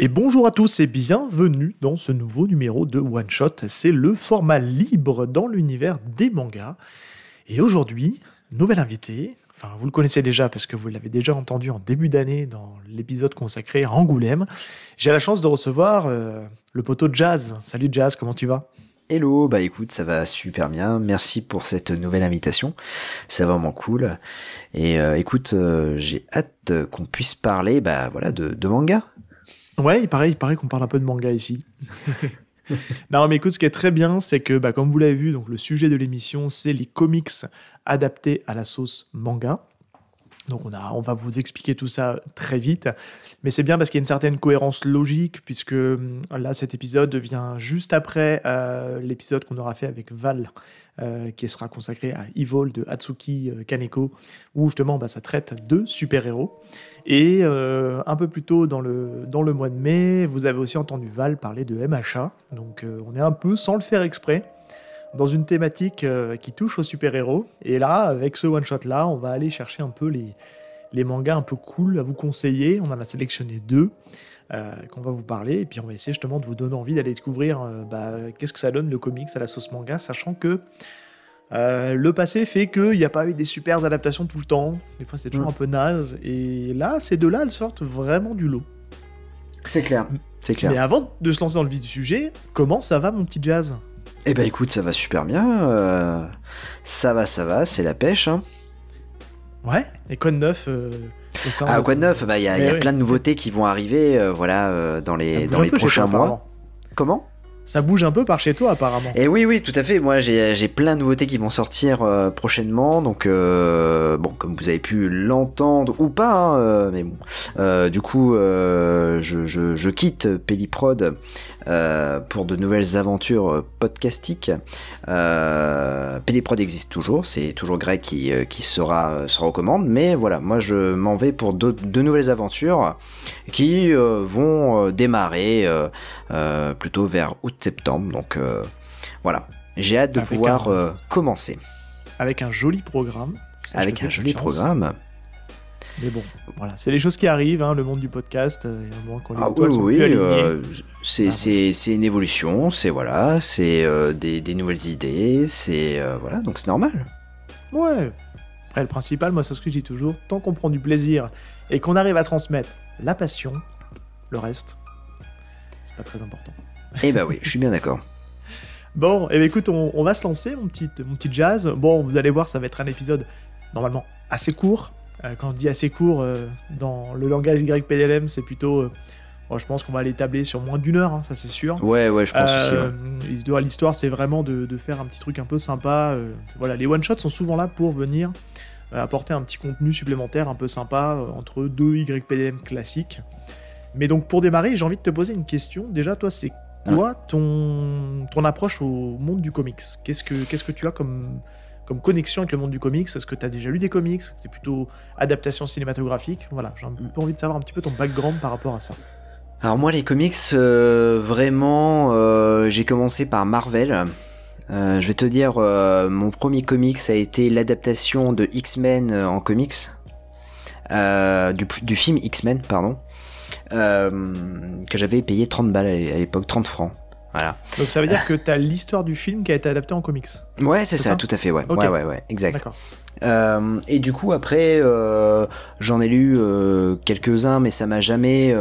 Et bonjour à tous et bienvenue dans ce nouveau numéro de One Shot. C'est le format libre dans l'univers des mangas. Et aujourd'hui, nouvel invité. Enfin, vous le connaissez déjà parce que vous l'avez déjà entendu en début d'année dans l'épisode consacré à Angoulême. J'ai la chance de recevoir le poteau Jazz. Salut Jazz, comment tu vas ? Hello, bah écoute, ça va super bien. Merci pour cette nouvelle invitation. C'est vraiment cool. Et écoute, j'ai hâte qu'on puisse parler, de manga. Ouais, il paraît qu'on parle un peu de manga ici. Non, mais écoute, ce qui est très bien, c'est que, comme vous l'avez vu, donc le sujet de l'émission, c'est les comics adaptés à la sauce manga. Donc on va vous expliquer tout ça très vite, mais c'est bien parce qu'il y a une certaine cohérence logique, puisque là, cet épisode vient juste après l'épisode qu'on aura fait avec Val, qui sera consacré à Evil de Hatsuki Kaneko, où justement ça traite de super-héros. Et un peu plus tôt dans le mois de mai, vous avez aussi entendu Val parler de MHA, donc on est un peu, sans le faire exprès, dans une thématique qui touche aux super-héros. Et là, avec ce one-shot-là, on va aller chercher un peu les mangas un peu cool à vous conseiller. On en a sélectionné 2 qu'on va vous parler. Et puis on va essayer justement de vous donner envie d'aller découvrir qu'est-ce que ça donne le comics à la sauce manga, sachant que le passé fait qu'il n'y a pas eu des super adaptations tout le temps. Des fois, c'est toujours un peu naze. Et là, ces 2-là, elles sortent vraiment du lot. C'est clair. Mais avant de se lancer dans le vif du sujet, comment ça va, mon petit Jazz ? Eh ben écoute, ça va super bien. Ça va, c'est la pêche. Hein. Ouais, et quoi de neuf quoi de neuf ? Il y a plein de nouveautés qui vont arriver dans les prochains mois. Comment ? Ça bouge un peu par chez toi, apparemment. Et oui, tout à fait. Moi, j'ai plein de nouveautés qui vont sortir prochainement. Donc, comme vous avez pu l'entendre ou pas, mais bon. Du coup, je quitte Pelliprod pour de nouvelles aventures podcastiques. Pelliprod existe toujours. C'est toujours Greg qui sera aux commandes. Mais voilà, moi, je m'en vais pour de nouvelles aventures qui vont démarrer plutôt vers août-septembre, donc voilà, j'ai hâte de pouvoir commencer. Avec un joli programme. Avec un joli programme. Mais bon, voilà, c'est les choses qui arrivent, hein, le monde du podcast. Quand les étoiles sont plus alignées. C'est une évolution, c'est des nouvelles idées, donc c'est normal. Ouais. Après, le principal, moi, c'est ce que je dis toujours, tant qu'on prend du plaisir et qu'on arrive à transmettre la passion, le reste, c'est pas très important. Eh ben oui, je suis bien d'accord. Bon, écoute, on va se lancer, mon petit Jazz. Bon, vous allez voir, ça va être un épisode normalement assez court. Quand je dis assez court, dans le langage YPLM, c'est plutôt... je pense qu'on va aller tabler sur moins d'1 heure, hein, ça c'est sûr. Ouais, je pense aussi. Ouais. L'histoire, c'est vraiment de faire un petit truc un peu sympa. Les one-shots sont souvent là pour venir apporter un petit contenu supplémentaire un peu sympa entre 2 YPLM classiques. Mais donc, pour démarrer, j'ai envie de te poser une question. Déjà, toi, c'est quoi ton approche au monde du comics ? Qu'est-ce que tu as comme connexion avec le monde du comics ? Est-ce que tu as déjà lu des comics ? C'est plutôt adaptation cinématographique ? Voilà, j'ai un peu envie de savoir un petit peu ton background par rapport à ça. Alors moi, les comics, j'ai commencé par Marvel. Je vais te dire, mon premier comics a été l'adaptation de X-Men en comics. Du film X-Men, pardon. Que j'avais payé 30 balles à l'époque, 30 francs. Voilà. Donc ça veut dire que t'as l'histoire du film qui a été adaptée en comics. Ouais, c'est ça, tout à fait, ouais. Okay. Ouais, exact. D'accord. Et du coup, après, j'en ai lu quelques-uns, mais ça m'a jamais,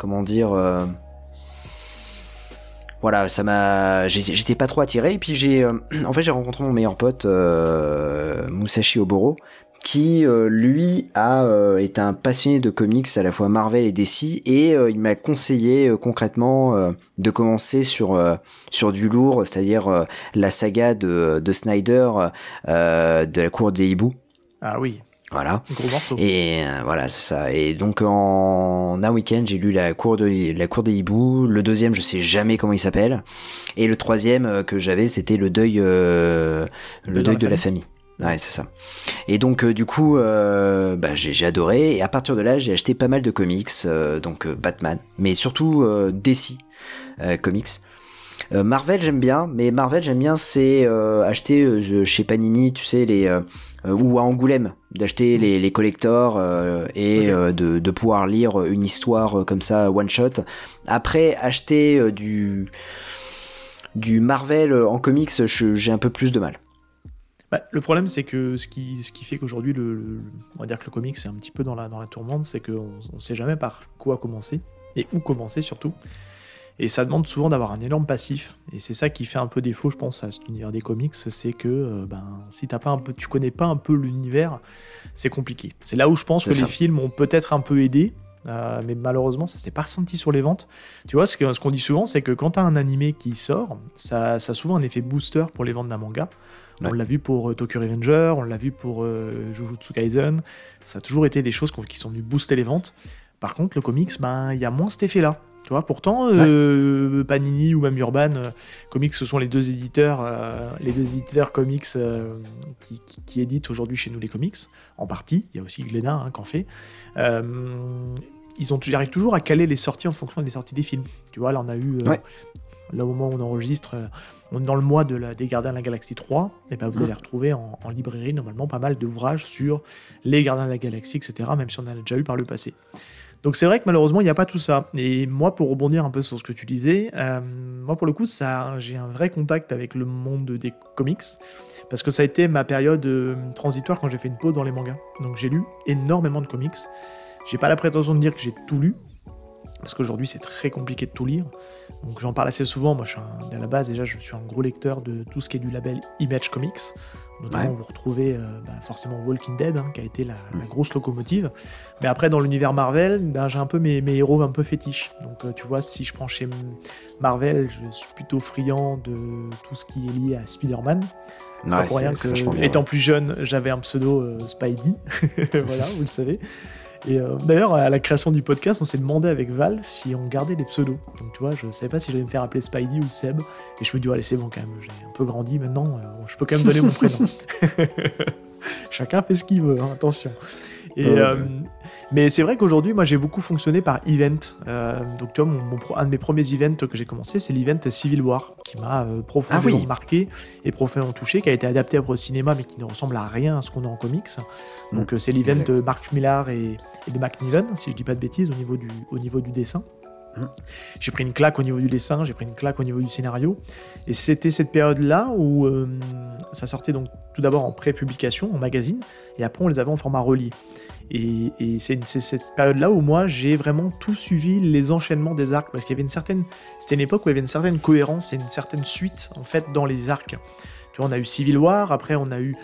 j'étais pas trop attiré. Et puis j'ai rencontré mon meilleur pote, Musashi Oboro, qui lui est un passionné de comics à la fois Marvel et DC, et il m'a conseillé concrètement de commencer sur du lourd, c'est-à-dire la saga de Snyder de la cour des hiboux. Ah oui. Voilà. Gros morceau. Et c'est ça. Et donc en un week-end, j'ai lu la cour des hiboux. Le deuxième, je sais jamais comment il s'appelle. Et le troisième que j'avais, c'était le deuil de la famille. Ouais, c'est ça. Et donc du coup, j'ai adoré. Et à partir de là, j'ai acheté pas mal de comics, donc Batman, mais surtout DC Comics. Marvel j'aime bien, mais Marvel j'aime bien c'est acheter chez Panini, tu sais ou à Angoulême, d'acheter les collectors et de pouvoir lire une histoire comme ça one shot. Après acheter du Marvel en comics, j'ai un peu plus de mal. Le problème, c'est que ce qui fait qu'aujourd'hui, on va dire que le comics c'est un petit peu dans la tourmente, c'est qu'on ne sait jamais par quoi commencer, et où commencer surtout. Et ça demande souvent d'avoir un énorme passif. Et c'est ça qui fait un peu défaut, je pense, à cet univers des comics, c'est que si tu connais pas un peu l'univers, c'est compliqué. C'est là où je pense que les films ont peut-être un peu aidé, mais malheureusement, ça s'est pas ressenti sur les ventes. Tu vois, ce qu'on dit souvent, c'est que quand tu as un animé qui sort, ça a souvent un effet booster pour les ventes d'un manga. Ouais. On l'a vu pour Tokyo Revenger, on l'a vu pour Jujutsu Kaisen. Ça a toujours été des choses qui sont venues booster les ventes. Par contre, le comics, il y a moins cet effet-là. Tu vois, pourtant, Panini ou même Urban Comics, ce sont les deux éditeurs comics qui éditent aujourd'hui chez nous les comics, en partie. Il y a aussi Glénat qui en fait. Ils arrivent toujours à caler les sorties en fonction des sorties des films. Tu vois, là, on a eu... Là, au moment où on enregistre, on est dans le mois des Gardiens de la Galaxie 3, et vous allez retrouver en librairie, normalement, pas mal d'ouvrages sur les Gardiens de la Galaxie, etc., même si on en a déjà eu par le passé. Donc c'est vrai que malheureusement, il n'y a pas tout ça. Et moi, pour rebondir un peu sur ce que tu disais, moi, pour le coup, j'ai un vrai contact avec le monde des comics, parce que ça a été ma période transitoire quand j'ai fait une pause dans les mangas. Donc j'ai lu énormément de comics. J'ai pas la prétention de dire que j'ai tout lu, parce qu'aujourd'hui, c'est très compliqué de tout lire. Donc j'en parle assez souvent. Moi, à la base, déjà, je suis un gros lecteur de tout ce qui est du label Image Comics. Notamment, vous retrouvez forcément Walking Dead, qui a été la grosse locomotive. Mais après, dans l'univers Marvel, j'ai un peu mes héros un peu fétiches. Donc, tu vois, si je prends chez Marvel, je suis plutôt friand de tout ce qui est lié à Spider-Man. C'est pas pour rien que, étant plus jeune, j'avais un pseudo Spidey. Voilà, vous le savez. Et d'ailleurs, à la création du podcast, on s'est demandé avec Val si on gardait les pseudos. Donc tu vois, je savais pas si j'allais me faire appeler Spidey ou Seb. Et je me dis, allez, c'est bon quand même, j'ai un peu grandi maintenant, je peux quand même donner mon prénom. Chacun fait ce qu'il veut, attention. Et, mais c'est vrai qu'aujourd'hui, moi, j'ai beaucoup fonctionné par event. Donc, tu vois, un de mes premiers events que j'ai commencé, c'est l'event Civil War, qui m'a profondément marqué et profondément touché, qui a été adapté après au cinéma, mais qui ne ressemble à rien à ce qu'on a en comics. Donc, c'est l'event de Mark Millar et de McNiven, si je dis pas de bêtises, au niveau du dessin. J'ai pris une claque au niveau du dessin, j'ai pris une claque au niveau du scénario, et c'était cette période-là où ça sortait donc tout d'abord en pré-publication, en magazine, et après on les avait en format relié. Et c'est cette période-là où moi j'ai vraiment tout suivi les enchaînements des arcs, parce qu'il y avait c'était une époque où il y avait une certaine cohérence et une certaine suite en fait dans les arcs. Tu vois, on a eu Civil War, après on a eu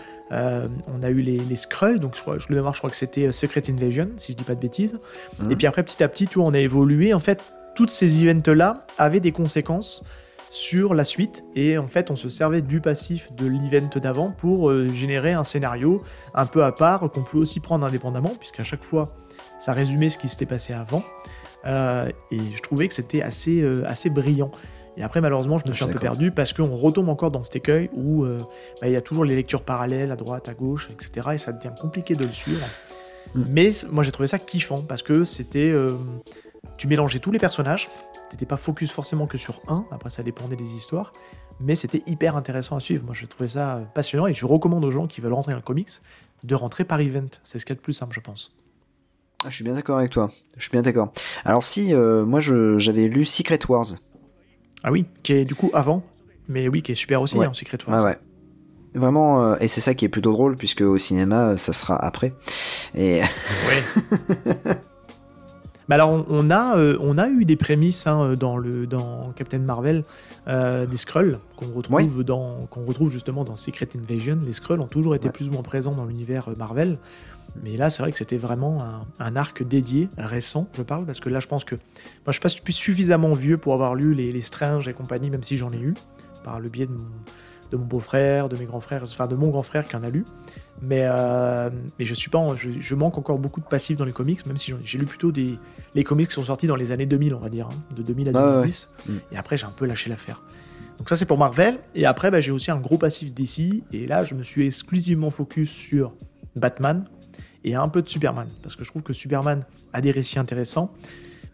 les Skrulls, donc je crois que c'était Secret Invasion, si je dis pas de bêtises. Et puis après, petit à petit, on a évolué. En fait, toutes ces events-là avaient des conséquences sur la suite, et en fait, on se servait du passif de l'event d'avant pour générer un scénario un peu à part, qu'on pouvait aussi prendre indépendamment, puisqu'à chaque fois, ça résumait ce qui s'était passé avant. Et je trouvais que c'était assez brillant. Et après, malheureusement, je me suis un peu perdu parce qu'on retombe encore dans cet écueil où il y a toujours les lectures parallèles à droite, à gauche, etc. Et ça devient compliqué de le suivre. Mais moi, j'ai trouvé ça kiffant parce que c'était... tu mélangeais tous les personnages. T'étais pas focus forcément que sur un. Après, ça dépendait des histoires. Mais c'était hyper intéressant à suivre. Moi, je trouvais ça passionnant et je recommande aux gens qui veulent rentrer dans le comics de rentrer par event. C'est ce qu'il y a de plus simple, je pense. Je suis bien d'accord avec toi. Je suis bien d'accord. Alors si, moi, j'avais lu Secret Wars. Ah oui, qui est du coup avant, mais oui, qui est super aussi, Secret Wars. Ouais. Vraiment, et c'est ça qui est plutôt drôle, puisque au cinéma, ça sera après. Et... Ouais. Mais alors, on a eu des prémices dans Captain Marvel, des Skrulls qu'on retrouve justement dans Secret Invasion. Les Skrulls ont toujours été plus ou moins présents dans l'univers Marvel. Mais là, c'est vrai que c'était vraiment un arc dédié, récent, je parle, parce que là, je pense que... Moi, je suis pas suffisamment vieux pour avoir lu les Strange et compagnie, même si j'en ai eu, par le biais de mon beau-frère, de mes grands frères, enfin de mon grand frère qui en a lu. Mais je suis pas... Je manque encore beaucoup de passifs dans les comics, même si j'ai lu plutôt les comics qui sont sortis dans les années 2000, on va dire, de 2000 à 2010. Et après, j'ai un peu lâché l'affaire. Donc ça, c'est pour Marvel. Et après, j'ai aussi un gros passif DC. Et là, je me suis exclusivement focus sur Batman, et un peu de Superman, parce que je trouve que Superman a des récits intéressants,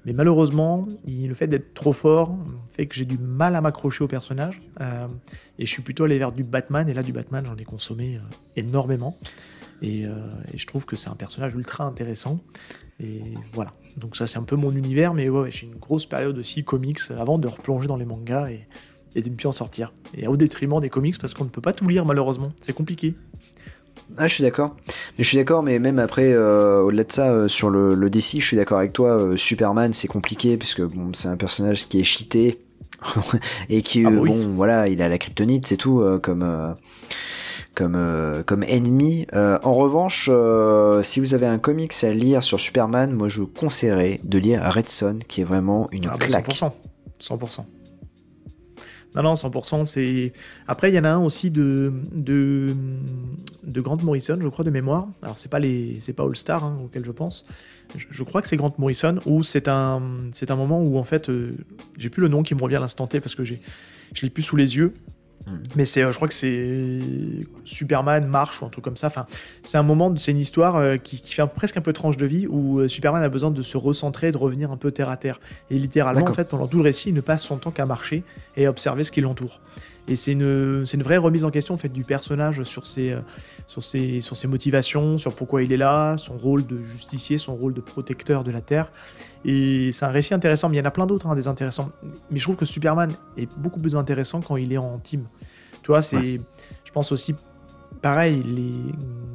Mais malheureusement, le fait d'être trop fort fait que j'ai du mal à m'accrocher au personnage. Et je suis plutôt allé vers du Batman. Et là, du Batman, j'en ai consommé énormément. Et je trouve que c'est un personnage ultra intéressant. Et voilà. Donc ça, c'est un peu mon univers. Mais ouais, j'ai une grosse période aussi comics avant de replonger dans les mangas et de ne plus en sortir. Et au détriment des comics, parce qu'on ne peut pas tout lire, malheureusement. C'est compliqué. Ah, je suis d'accord. Mais même après, au-delà de ça, sur le DC, je suis d'accord avec toi. Superman, c'est compliqué parce que bon, c'est un personnage qui est cheaté et qui, oui. bon, voilà, il a la kryptonite, c'est tout, comme ennemi. En revanche, si vous avez un comics à lire sur Superman, moi, je vous conseillerais de lire Red Son, qui est vraiment une claque. 100%. Non, 100%, c'est... Après, il y en a un aussi de Grant Morrison, je crois, de mémoire. Alors, c'est pas All Star hein, auquel je pense. Je crois que c'est Grant Morrison, où c'est un moment où, en fait, j'ai plus le nom qui me revient à l'instant T, parce que je l'ai plus sous les yeux. Mais je crois que c'est Superman marche ou un truc comme ça. Enfin, c'est une histoire qui fait presque un peu tranche de vie où Superman a besoin de se recentrer, de revenir un peu terre à terre. Et littéralement, en fait, pendant tout le récit, il ne passe son temps qu'à marcher et à observer ce qui l'entoure. Et c'est une vraie remise en question en fait, du personnage sur ses motivations, sur pourquoi il est là, son rôle de justicier, son rôle de protecteur de la Terre. Et c'est un récit intéressant, mais il y en a plein d'autres, des intéressants. Mais je trouve que Superman est beaucoup plus intéressant quand il est en team. Tu vois, je pense aussi, pareil, les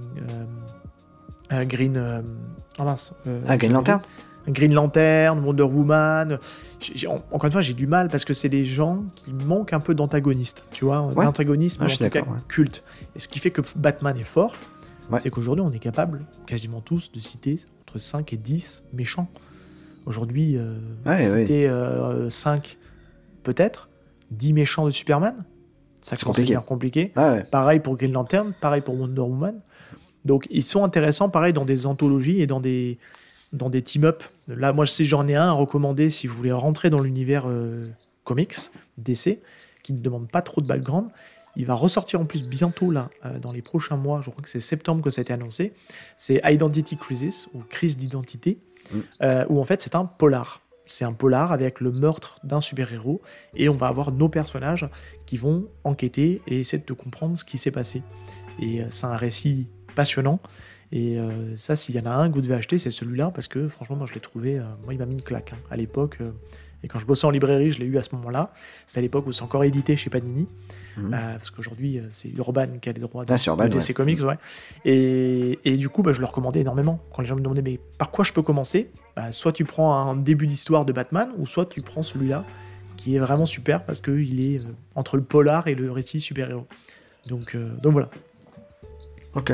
Green... Green Lantern. Green Lantern, Wonder Woman. Encore une fois, j'ai du mal parce que c'est des gens qui manquent un peu d'antagonistes, tu vois, d'antagonisme en tout cas culte. Et ce qui fait que Batman est fort, c'est qu'aujourd'hui, on est capable, quasiment tous, de citer entre 5 et 10 méchants. Aujourd'hui, citer 5, peut-être, 10 méchants de Superman, ça commence à devenir compliqué. Pareil pour Green Lantern, pareil pour Wonder Woman. Donc, ils sont intéressants, pareil, dans des anthologies et dans des team-up. Là, moi, j'en ai un à recommander si vous voulez rentrer dans l'univers comics, DC, qui ne demande pas trop de background. Il va ressortir en plus bientôt, là, dans les prochains mois. Je crois que c'est septembre que ça a été annoncé. C'est Identity Crisis, ou Crise d'identité, où en fait, c'est un polar. C'est un polar avec le meurtre d'un super-héros, et on va avoir nos personnages qui vont enquêter et essayer de comprendre ce qui s'est passé. Et c'est un récit passionnant. Et ça, s'il y en a un que vous devez acheter, c'est celui-là, parce que franchement, moi je l'ai trouvé, moi il m'a mis une claque à l'époque. Et quand je bossais en librairie, je l'ai eu à ce moment-là. C'était à l'époque où c'est encore édité chez Panini, parce qu'aujourd'hui c'est Urban qui a les droits de DC Comics. Ouais. Et du coup, je le recommandais énormément. Quand les gens me demandaient mais par quoi je peux commencer, soit tu prends un début d'histoire de Batman, ou soit tu prends celui-là, qui est vraiment super, parce qu'il est entre le polar et le récit super-héros. Donc voilà. Ok.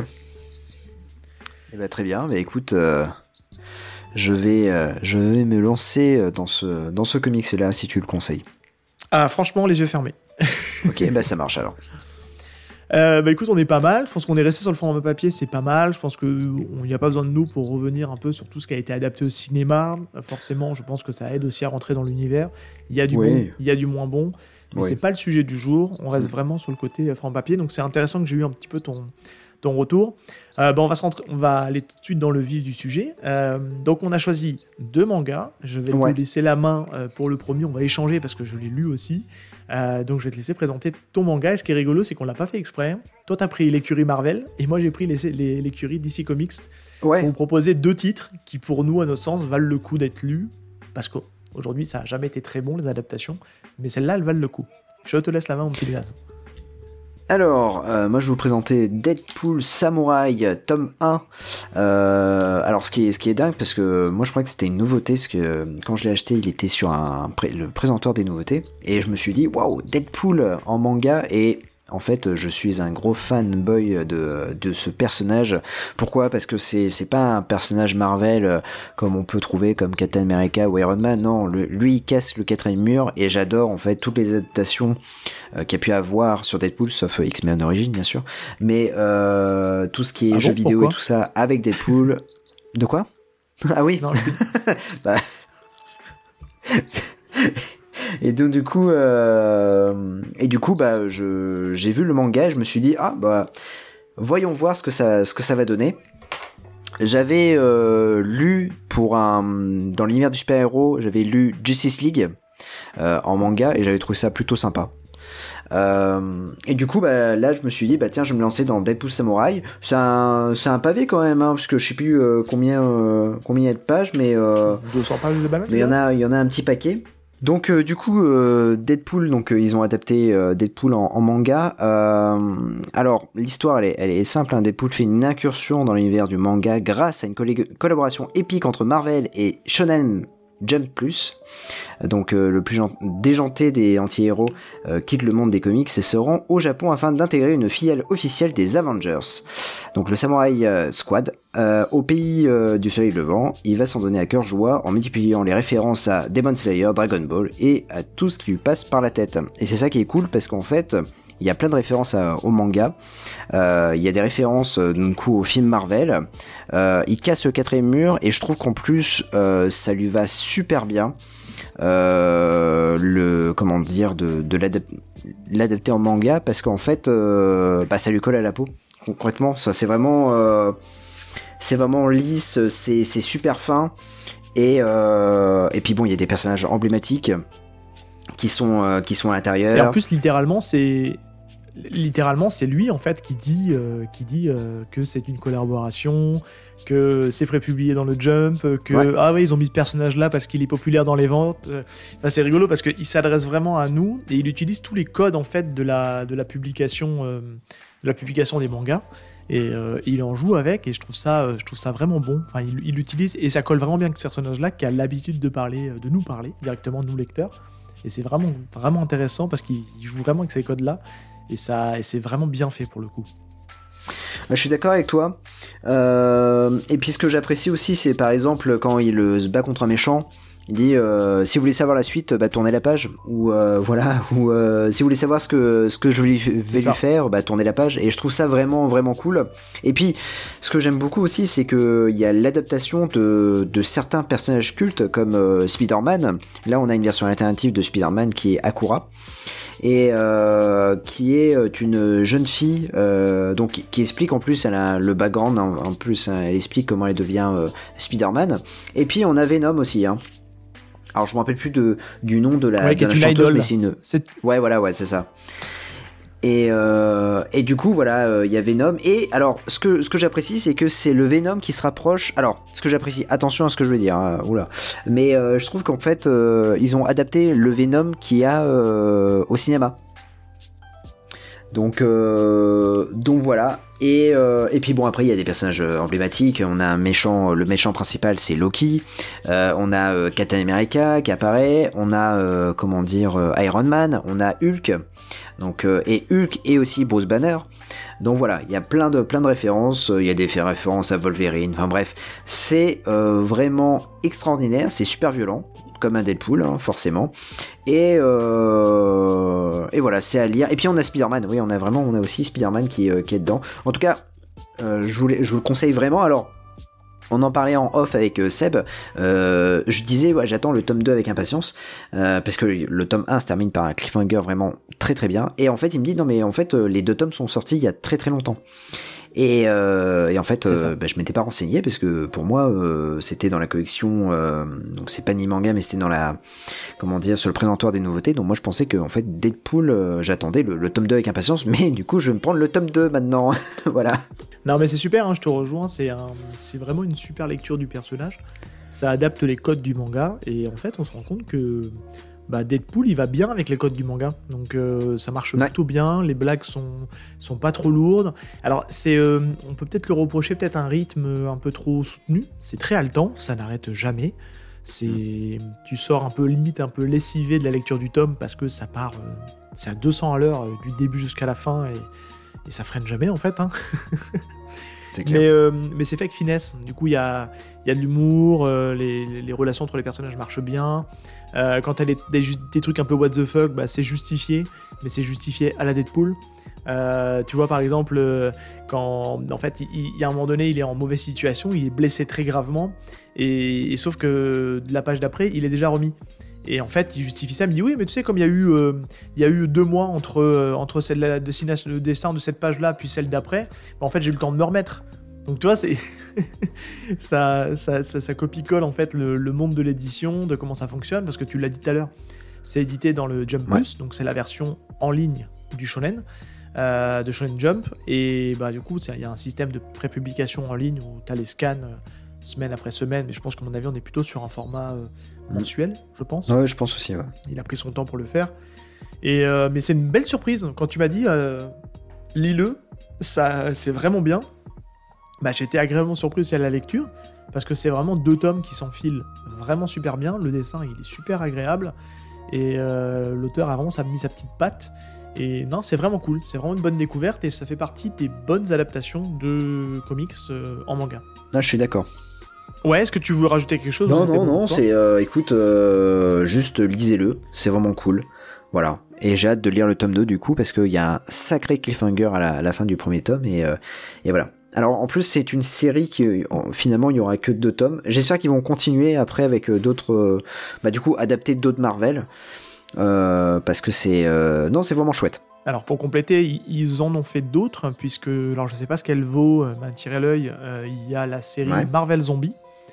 Très bien, écoute, je vais me lancer dans ce comics-là si tu le conseilles. Ah, franchement, les yeux fermés. Ok, ça marche alors. Écoute, on est pas mal. Je pense qu'on est resté sur le format papier, c'est pas mal. Je pense qu'il n'y a pas besoin de nous pour revenir un peu sur tout ce qui a été adapté au cinéma. Forcément, je pense que ça aide aussi à rentrer dans l'univers. Il y a du bon, il y a du moins bon. Mais c'est pas le sujet du jour. On reste vraiment sur le côté format papier. Donc c'est intéressant que j'ai eu un petit peu ton retour. On va aller tout de suite dans le vif du sujet. Donc on a choisi 2 mangas. Je vais te laisser la main pour le premier. On va échanger parce que je l'ai lu aussi. Donc je vais te laisser présenter ton manga. Et ce qui est rigolo, c'est qu'on l'a pas fait exprès. Toi, t'as pris l'écurie Marvel et moi j'ai pris l'écurie DC Comics pour vous proposer 2 titres qui, pour nous, à notre sens, valent le coup d'être lus, parce qu'aujourd'hui, ça a jamais été très bon les adaptations, mais celles-là, elles valent le coup. Je te laisse la main, mon petit Gaz. Alors, moi je vais vous présenter Deadpool Samurai tome 1. Alors ce qui est dingue, parce que moi je crois que c'était une nouveauté, parce que quand je l'ai acheté, il était sur le présentoir des nouveautés, et je me suis dit waouh, Deadpool en manga. Et en fait, je suis un gros fanboy de ce personnage. Pourquoi ? Parce que c'est pas un personnage Marvel comme on peut trouver comme Captain America ou Iron Man. Non, lui il casse le 4e mur, et j'adore en fait toutes les adaptations qu'il y a pu avoir sur Deadpool, sauf X-Men Origins bien sûr. Mais tout ce qui est jeux vidéo et tout ça avec Deadpool. De quoi ? Ah oui. Non, Et donc du coup, j'ai vu le manga et je me suis dit voyons voir ce que ça va donner. J'avais lu dans l'univers du super-héros, j'avais lu Justice League en manga et j'avais trouvé ça plutôt sympa. Et du coup, là, je me suis dit, tiens, je vais me lancer dans Deadpool Samurai. C'est un pavé quand même, hein, parce que je sais plus combien il y a de pages, mais 200 pages de balade. Mais il y en a un petit paquet. Donc du coup Deadpool, donc ils ont adapté Deadpool en manga. Alors l'histoire elle est simple, hein. Deadpool fait une incursion dans l'univers du manga grâce à une collaboration épique entre Marvel et Shonen Jump Plus. Donc le plus déjanté des anti-héros quitte le monde des comics et se rend au Japon afin d'intégrer une filiale officielle des Avengers. Donc le Samurai Squad au pays du soleil levant, il va s'en donner à cœur joie en multipliant les références à Demon Slayer, Dragon Ball et à tout ce qui lui passe par la tête. Et c'est ça qui est cool parce qu'en fait il y a plein de références au manga, il y a des références du coup au film Marvel, il casse le quatrième mur et je trouve qu'en plus ça lui va super bien de l'adapter en manga parce qu'en fait ça lui colle à la peau concrètement, ça c'est vraiment lisse, c'est super fin et puis bon il y a des personnages emblématiques qui sont à l'intérieur. Et en plus littéralement c'est lui en fait qui dit que c'est une collaboration, que c'est prépublié dans le Jump, que ils ont mis ce personnage là parce qu'il est populaire dans les ventes. Enfin, c'est rigolo parce qu'il s'adresse vraiment à nous et il utilise tous les codes en fait de la publication des mangas et il en joue avec et je trouve ça vraiment bon. Enfin, il l'utilise et ça colle vraiment bien avec ce personnage là qui a l'habitude de nous parler directement, nous lecteurs, et c'est vraiment vraiment intéressant parce qu'il joue vraiment avec ces codes là. Et c'est vraiment bien fait pour le coup. Je suis d'accord avec toi. Et puis ce que j'apprécie aussi, c'est par exemple quand il se bat contre un méchant, il dit si vous voulez savoir la suite, tournez la page. Ou si vous voulez savoir ce que je vais lui faire, tournez la page. Et je trouve ça vraiment vraiment cool. Et puis ce que j'aime beaucoup aussi, c'est que il y a l'adaptation de certains personnages cultes comme Spider-Man. Là, on a une version alternative de Spider-Man qui est Akura. Et qui est une jeune fille donc qui explique en plus, elle a le background en plus, hein, elle explique comment elle devient Spider-Man. Et puis on a Venom aussi, hein. Alors je me rappelle plus du nom de la chanteuse, mais c'est c'est ça. Et du coup voilà, il y a Venom. Et alors ce que j'apprécie, c'est que c'est le Venom qui se rapproche. Alors ce que j'apprécie, attention à ce que je veux dire, hein, mais je trouve qu'en fait ils ont adapté le Venom qu'il y a au cinéma. Donc voilà. Et puis bon, après il y a des personnages emblématiques. On a le méchant principal, c'est Loki. On a Captain America qui apparaît. On a Iron Man. On a Hulk. Donc et Hulk et aussi Bruce Banner. Donc voilà, il y a plein de références. Il y a des références à Wolverine. Enfin bref, c'est vraiment extraordinaire. C'est super violent, comme un Deadpool, hein, forcément. Et voilà, c'est à lire. Et puis on a Spider-Man. Oui, on a aussi Spider-Man qui est dedans. En tout cas, je vous le conseille vraiment. Alors, on en parlait en off avec Seb. Je disais, j'attends le tome 2 avec impatience, parce que le tome 1 se termine par un cliffhanger vraiment très très bien. Et en fait, il me dit, non mais en fait, les 2 tomes sont sortis il y a très très longtemps. Et en fait, je m'étais pas renseigné parce que pour moi, c'était dans la collection, donc c'est pas ni manga, mais c'était dans sur le présentoir des nouveautés. Donc moi, je pensais que en fait, Deadpool, j'attendais le tome 2 avec impatience, mais du coup, je vais me prendre le tome 2 maintenant. Voilà. Non, mais c'est super, hein, je te rejoins. C'est vraiment une super lecture du personnage. Ça adapte les codes du manga et en fait, on se rend compte que Deadpool il va bien avec les codes du manga, donc ça marche plutôt bien, les blagues sont pas trop lourdes. Alors on peut peut-être le reprocher peut-être un rythme un peu trop soutenu, c'est très haletant, ça n'arrête jamais. Tu sors un peu limite un peu lessivé de la lecture du tome parce que ça part c'est à 200 à l'heure du début jusqu'à la fin et ça freine jamais en fait, hein. Mais c'est fait avec finesse. Du coup, il y a de l'humour, les relations entre les personnages marchent bien. Quand t'as des trucs un peu what the fuck, c'est justifié, mais c'est justifié à la Deadpool. Tu vois, par exemple, quand en fait, il y a un moment donné, il est en mauvaise situation, il est blessé très gravement, et sauf que de la page d'après, il est déjà remis. Et en fait, il justifie ça, il me dit oui, mais tu sais, comme il y a eu 2 mois entre le dessin de cette page-là puis celle d'après, en fait, j'ai eu le temps de me remettre. Donc tu vois, c'est ça copie-colle en fait le monde de l'édition, de comment ça fonctionne, parce que tu l'as dit tout à l'heure, c'est édité dans le Jump Plus, donc c'est la version en ligne du Shonen, de Shonen Jump, et bah du coup il y a un système de prépublication en ligne où tu as les scans semaine après semaine, mais je pense qu'à mon avis on est plutôt sur un format mensuel, je pense. Ouais, je pense aussi, ouais. Il a pris son temps pour le faire, et mais c'est une belle surprise, quand tu m'as dit lis-le, ça c'est vraiment bien. Bah, j'étais agréablement surpris aussi à la lecture, parce que c'est vraiment 2 tomes qui s'enfilent vraiment super bien, le dessin il est super agréable, et l'auteur a vraiment mis sa petite patte, et non, c'est vraiment cool, c'est vraiment une bonne découverte, et ça fait partie des bonnes adaptations de comics en manga. Ah, je suis d'accord. Ouais, est-ce que tu veux rajouter quelque chose? Non, c'est... écoute, juste lisez-le, c'est vraiment cool. Voilà. Et j'ai hâte de lire le tome 2 du coup, parce qu'il y a un sacré cliffhanger à la fin du premier tome, et voilà. Alors en plus c'est une série qui finalement il y aura que 2 tomes. J'espère qu'ils vont continuer après avec d'autres, du coup adapter d'autres Marvel, parce que c'est c'est vraiment chouette. Alors pour compléter, ils en ont fait d'autres, puisque, alors je sais pas ce qu'elle vaut, tirez l'œil, il y a la série Marvel Zombie,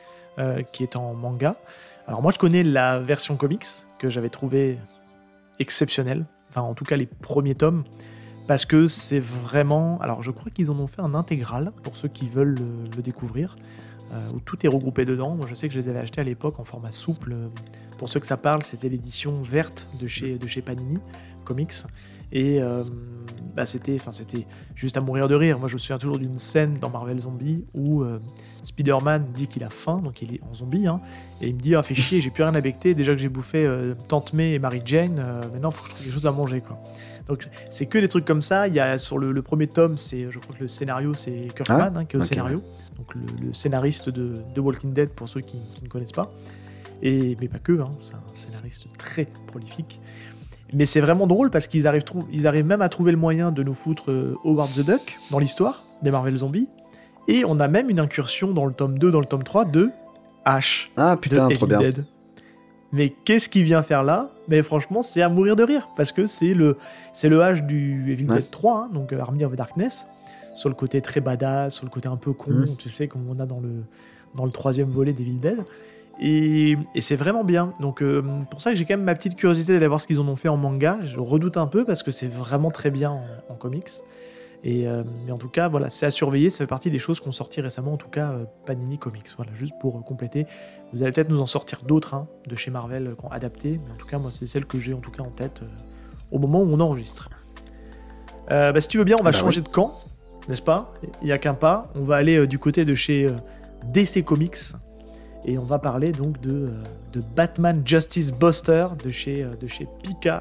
qui est en manga. Alors moi je connais la version comics, que j'avais trouvée exceptionnelle, enfin en tout cas les premiers tomes, parce que c'est vraiment... Alors je crois qu'ils en ont fait un intégral, pour ceux qui veulent le découvrir, où tout est regroupé dedans. Moi je sais que je les avais achetés à l'époque en format souple. Pour ceux que ça parle, c'était l'édition verte de chez Panini Comics. Et c'était juste à mourir de rire. Moi je me souviens toujours d'une scène dans Marvel Zombie où Spider-Man dit qu'il a faim, donc il est en zombie, hein, et il me dit fais chier, j'ai plus rien à becter, déjà que j'ai bouffé Tante May et Mary Jane, maintenant il faut que je trouve quelque chose à manger, quoi. Donc c'est que des trucs comme ça. Il y a sur le premier tome, je crois que le scénario c'est Kirkman qui est au scénario, donc le scénariste de Walking Dead pour ceux qui ne connaissent pas, mais pas que, hein, c'est un scénariste très prolifique. Mais c'est vraiment drôle parce qu'ils arrivent même à trouver le moyen de nous foutre Howard the Duck dans l'histoire des Marvel Zombies, et on a même une incursion dans le tome 2, dans le tome 3 de Ash, putain, de trop Evil bien. Dead. Mais qu'est-ce qu'il vient faire là? Mais franchement, c'est à mourir de rire, parce que c'est le H du Evil Dead 3, hein, donc Army of Darkness, sur le côté très badass, sur le côté un peu con, tu sais, comme on a dans le 3e volet d'Evil Dead. Et c'est vraiment bien. Donc pour ça que j'ai quand même ma petite curiosité d'aller voir ce qu'ils en ont fait en manga. Je redoute un peu, parce que c'est vraiment très bien en comics. Mais en tout cas, voilà, c'est à surveiller. Ça fait partie des choses qu'on sortit récemment, en tout cas Panini Comics. Voilà, juste pour compléter. Vous allez peut-être nous en sortir d'autres, hein, de chez Marvel, adaptées. Mais en tout cas, moi, c'est celle que j'ai en tout cas en tête au moment où on enregistre. Si tu veux bien, on va changer de camp, n'est-ce pas? Il n'y a qu'un pas. On va aller du côté de chez DC Comics. Et on va parler donc de Batman Justice Buster de chez Pika.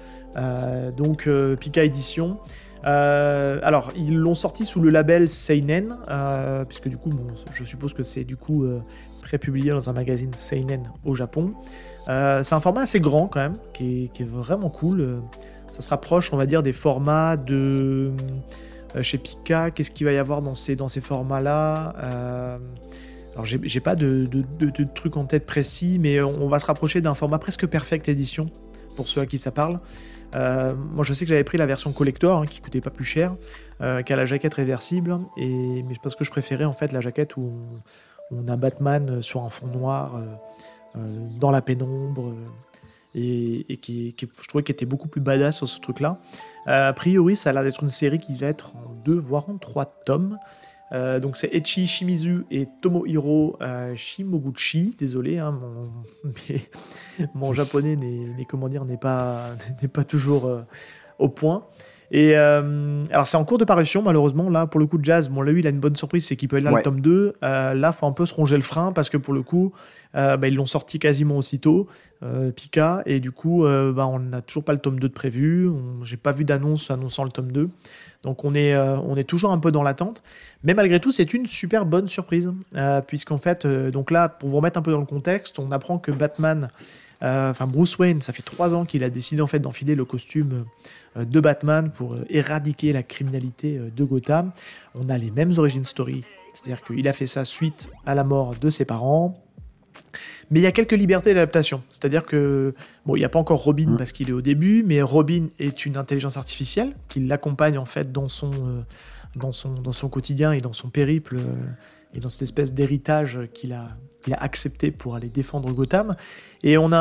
Pika Édition. Alors, ils l'ont sorti sous le label Seinen, puisque du coup, je suppose que c'est du coup prépublié dans un magazine Seinen au Japon. C'est un format assez grand quand même, qui est vraiment cool. Ça se rapproche, on va dire, des formats de chez Pika. Qu'est-ce qu'il va y avoir dans ces formats-là? Alors, j'ai pas de trucs en tête précis, mais on va se rapprocher d'un format presque Perfect Edition, pour ceux à qui ça parle. Moi, je sais que j'avais pris la version collector, hein, qui coûtait pas plus cher, qui a la jaquette réversible, mais parce que je préférais en fait la jaquette où on a Batman sur un fond noir, dans la pénombre, et qui je trouvais qu'il était beaucoup plus badass sur ce truc-là. A priori, ça a l'air d'être une série qui va être en 2, voire en 3 tomes. Donc c'est Echi Shimizu et Tomohiro Shimoguchi. Désolé, hein, mon japonais n'est pas toujours au point. Et alors c'est en cours de parution, malheureusement. Là, pour le coup, Jazz, lui, il a une bonne surprise, c'est qu'il peut être là le tome 2. Là, faut un peu se ronger le frein, parce que pour le coup, ils l'ont sorti quasiment aussitôt, Pika, et du coup, on n'a toujours pas le tome 2 de prévu. J'ai pas vu d'annonce annonçant le tome 2. Donc on est toujours un peu dans l'attente, mais malgré tout c'est une super bonne surprise, puisqu'en fait, donc là, pour vous remettre un peu dans le contexte, on apprend que Batman, Bruce Wayne, ça fait 3 ans qu'il a décidé en fait d'enfiler le costume de Batman pour éradiquer la criminalité de Gotham. On a les mêmes origin story, c'est-à-dire qu'il a fait ça suite à la mort de ses parents. Mais il y a quelques libertés d'adaptation, c'est-à-dire que, il n'y a pas encore Robin parce qu'il est au début, mais Robin est une intelligence artificielle qui l'accompagne en fait dans son dans son quotidien et dans son périple et dans cette espèce d'héritage qu'il a accepté pour aller défendre Gotham. Et on a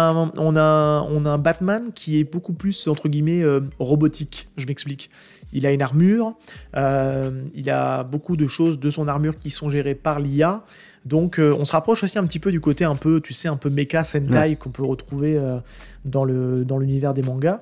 un Batman qui est beaucoup plus, entre guillemets, robotique. Je m'explique. Il a une armure, il a beaucoup de choses de son armure qui sont gérées par l'IA. Donc on se rapproche aussi un petit peu du côté un peu, tu sais, un peu mecha Sentai qu'on peut retrouver dans l'univers des mangas.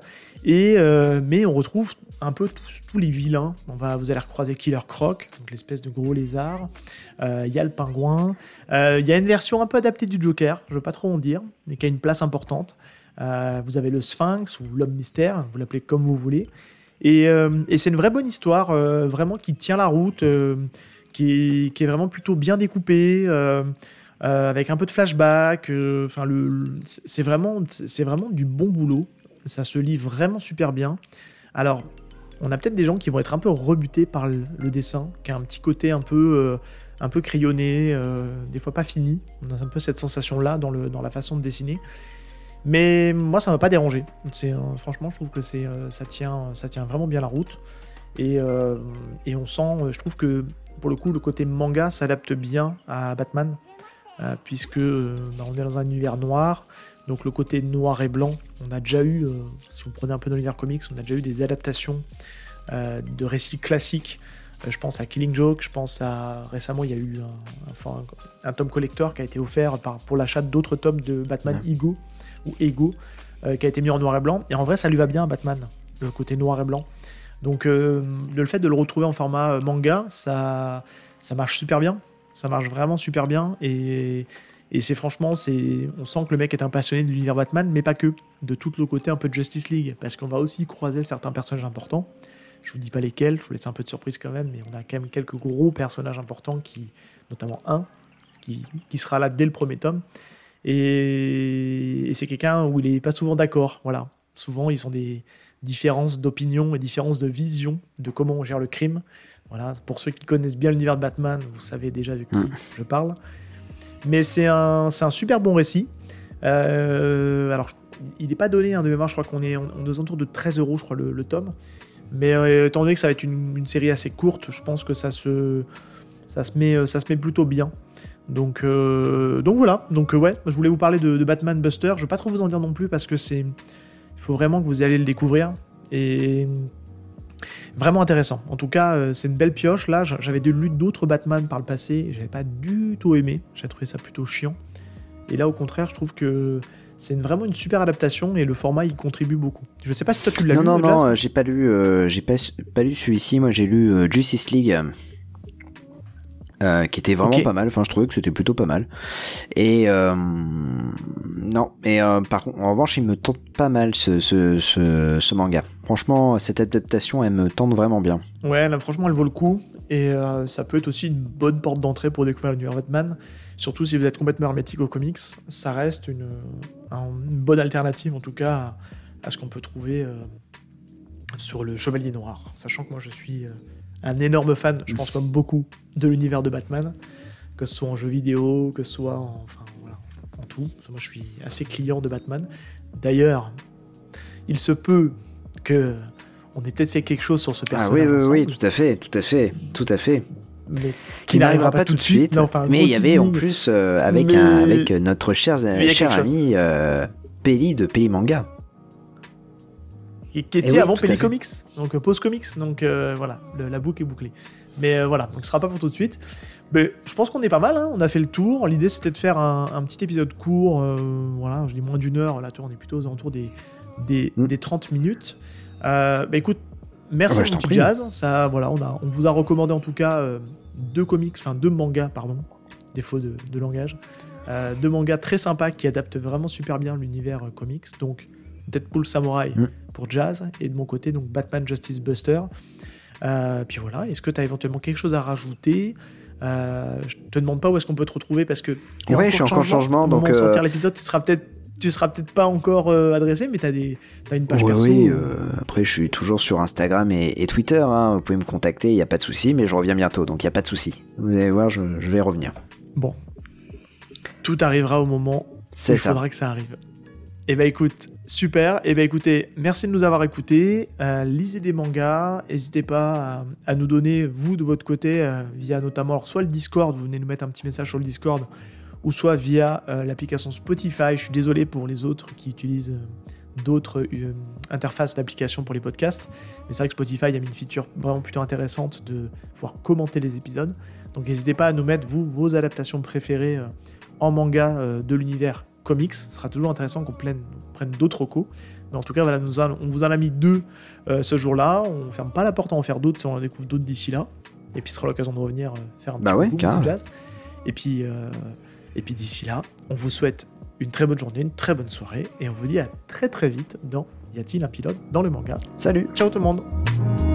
Mais on retrouve un peu tous les vilains. Vous allez recroiser Killer Croc, donc l'espèce de gros lézard. Il y a le pingouin. Il y a une version un peu adaptée du Joker, je ne veux pas trop en dire, mais qui a une place importante. Vous avez le Sphinx ou l'homme mystère, vous l'appelez comme vous voulez. Et c'est une vraie bonne histoire, vraiment qui tient la route, qui est vraiment plutôt bien découpée, avec un peu de flashback. C'est vraiment du bon boulot. Ça se lit vraiment super bien. Alors, on a peut-être des gens qui vont être un peu rebutés par le dessin, qui a un petit côté un peu crayonné, des fois pas fini. On a un peu cette sensation-là dans la façon de dessiner. Mais moi, ça ne m'a pas dérangé. Franchement, je trouve que ça tient vraiment bien la route. Et on sent, je trouve que pour le coup, le côté manga s'adapte bien à Batman, puisque on est dans un univers noir. Donc le côté noir et blanc, on a déjà eu, si vous prenez un peu dans l'univers comics, on a déjà eu des adaptations de récits classiques. Je pense à Killing Joke, je pense à... Récemment, il y a eu un tome collector qui a été offert pour l'achat d'autres tomes de Batman Ego, qui a été mis en noir et blanc. Et en vrai, ça lui va bien à Batman, le côté noir et blanc. Donc le fait de le retrouver en format manga, ça marche super bien. Ça marche vraiment super bien. Et c'est franchement, on sent que le mec est un passionné de l'univers Batman, mais pas que, de tout le côté un peu de Justice League, parce qu'on va aussi croiser certains personnages importants. Je vous dis pas lesquels, je vous laisse un peu de surprise quand même, mais on a quand même quelques gros personnages importants, notamment un, qui sera là dès le premier tome. Et c'est quelqu'un où il n'est pas souvent d'accord. Voilà. Souvent, ils ont des différences d'opinion et différences de vision de comment on gère le crime. Voilà. Pour ceux qui connaissent bien l'univers de Batman, vous savez déjà de qui je parle. Mais c'est un super bon récit. Alors, il n'est pas donné de mémoire, je crois qu'on est aux alentours de 13 €, je crois, le tome. Mais étant donné que ça va être une série assez courte, je pense que ça se met plutôt bien. Donc voilà. Donc ouais, je voulais vous parler de Batman Buster. Je ne vais pas trop vous en dire non plus parce que il faut vraiment que vous allez le découvrir. Et vraiment intéressant. En tout cas, c'est une belle pioche. Là, j'avais lu d'autres Batman par le passé et j'avais pas du tout aimé. J'ai trouvé ça plutôt chiant. Et là, au contraire, je trouve que c'est vraiment une super adaptation et le format il contribue beaucoup. Je sais pas si toi tu l'as lu. Non, j'ai pas lu celui-ci. Moi, j'ai lu Justice League, qui était vraiment pas mal. Enfin, je trouvais que c'était plutôt pas mal. Et non, et par contre, en revanche, il me tente pas mal ce manga. Franchement, cette adaptation, elle me tente vraiment bien. Ouais, là, franchement, elle vaut le coup. Et ça peut être aussi une bonne porte d'entrée pour découvrir l'univers Batman. Surtout si vous êtes complètement hermétique aux comics, ça reste une bonne alternative, en tout cas, à ce qu'on peut trouver sur le Chevalier Noir. Sachant que moi, je suis un énorme fan, je pense comme beaucoup, de l'univers de Batman, que ce soit en jeu vidéo, que ce soit en tout. Moi, je suis assez client de Batman. D'ailleurs, il se peut que on ait peut-être fait quelque chose sur ce personnage. Oui, tout à fait. Mais qui n'arrivera pas tout de suite. Non, mais il y avait en plus avec notre cher ami Peli de Peli Manga. Qui était avant Peli Comics, donc Pause Comics, donc voilà, la boucle est bouclée. Mais voilà, donc ce sera pas pour tout de suite. Mais je pense qu'on est pas mal, hein. On a fait le tour. L'idée c'était de faire un petit épisode court, voilà, je dis moins d'1 heure, là on est plutôt aux alentours des 30 minutes. Écoute, merci mon petit Jazz. Ça, voilà, on vous a recommandé en tout cas deux mangas, défaut de langage. 2 mangas très sympas qui adaptent vraiment super bien l'univers comics. Donc Deadpool Samurai pour Jazz et de mon côté donc Batman Justice Buster. Puis voilà, est-ce que tu as éventuellement quelque chose à rajouter? Je te demande pas où est-ce qu'on peut te retrouver parce que je suis encore en changement. Donc au sortir l'épisode, tu seras peut-être pas encore adressé, mais t'as une page perso. Oui, après je suis toujours sur Instagram et Twitter, hein. Vous pouvez me contacter, il n'y a pas de souci, mais je reviens bientôt, donc il n'y a pas de souci. Vous allez voir, je vais revenir. Bon, tout arrivera au moment où il faudra que ça arrive. Eh ben écoute, super. Eh ben écoutez, merci de nous avoir écoutés. Lisez des mangas. N'hésitez pas à nous donner, vous, de votre côté, via notamment, alors, soit le Discord, vous venez nous mettre un petit message sur le Discord, ou soit via l'application Spotify. Je suis désolé pour les autres qui utilisent d'autres interfaces d'application pour les podcasts, mais c'est vrai que Spotify a mis une feature vraiment plutôt intéressante de pouvoir commenter les épisodes. Donc n'hésitez pas à nous mettre, vous, vos adaptations préférées en manga de l'univers comics. Ce sera toujours intéressant qu'on prenne d'autres recos. Mais en tout cas, voilà, on vous en a mis 2 ce jour-là. On ne ferme pas la porte à en faire d'autres si on en découvre d'autres d'ici là. Et puis ce sera l'occasion de revenir faire un petit peu de jazz. Et puis d'ici là, on vous souhaite une très bonne journée, une très bonne soirée, et on vous dit à très très vite dans Y a-t-il un pilote dans le manga ? Salut. Ciao tout le monde.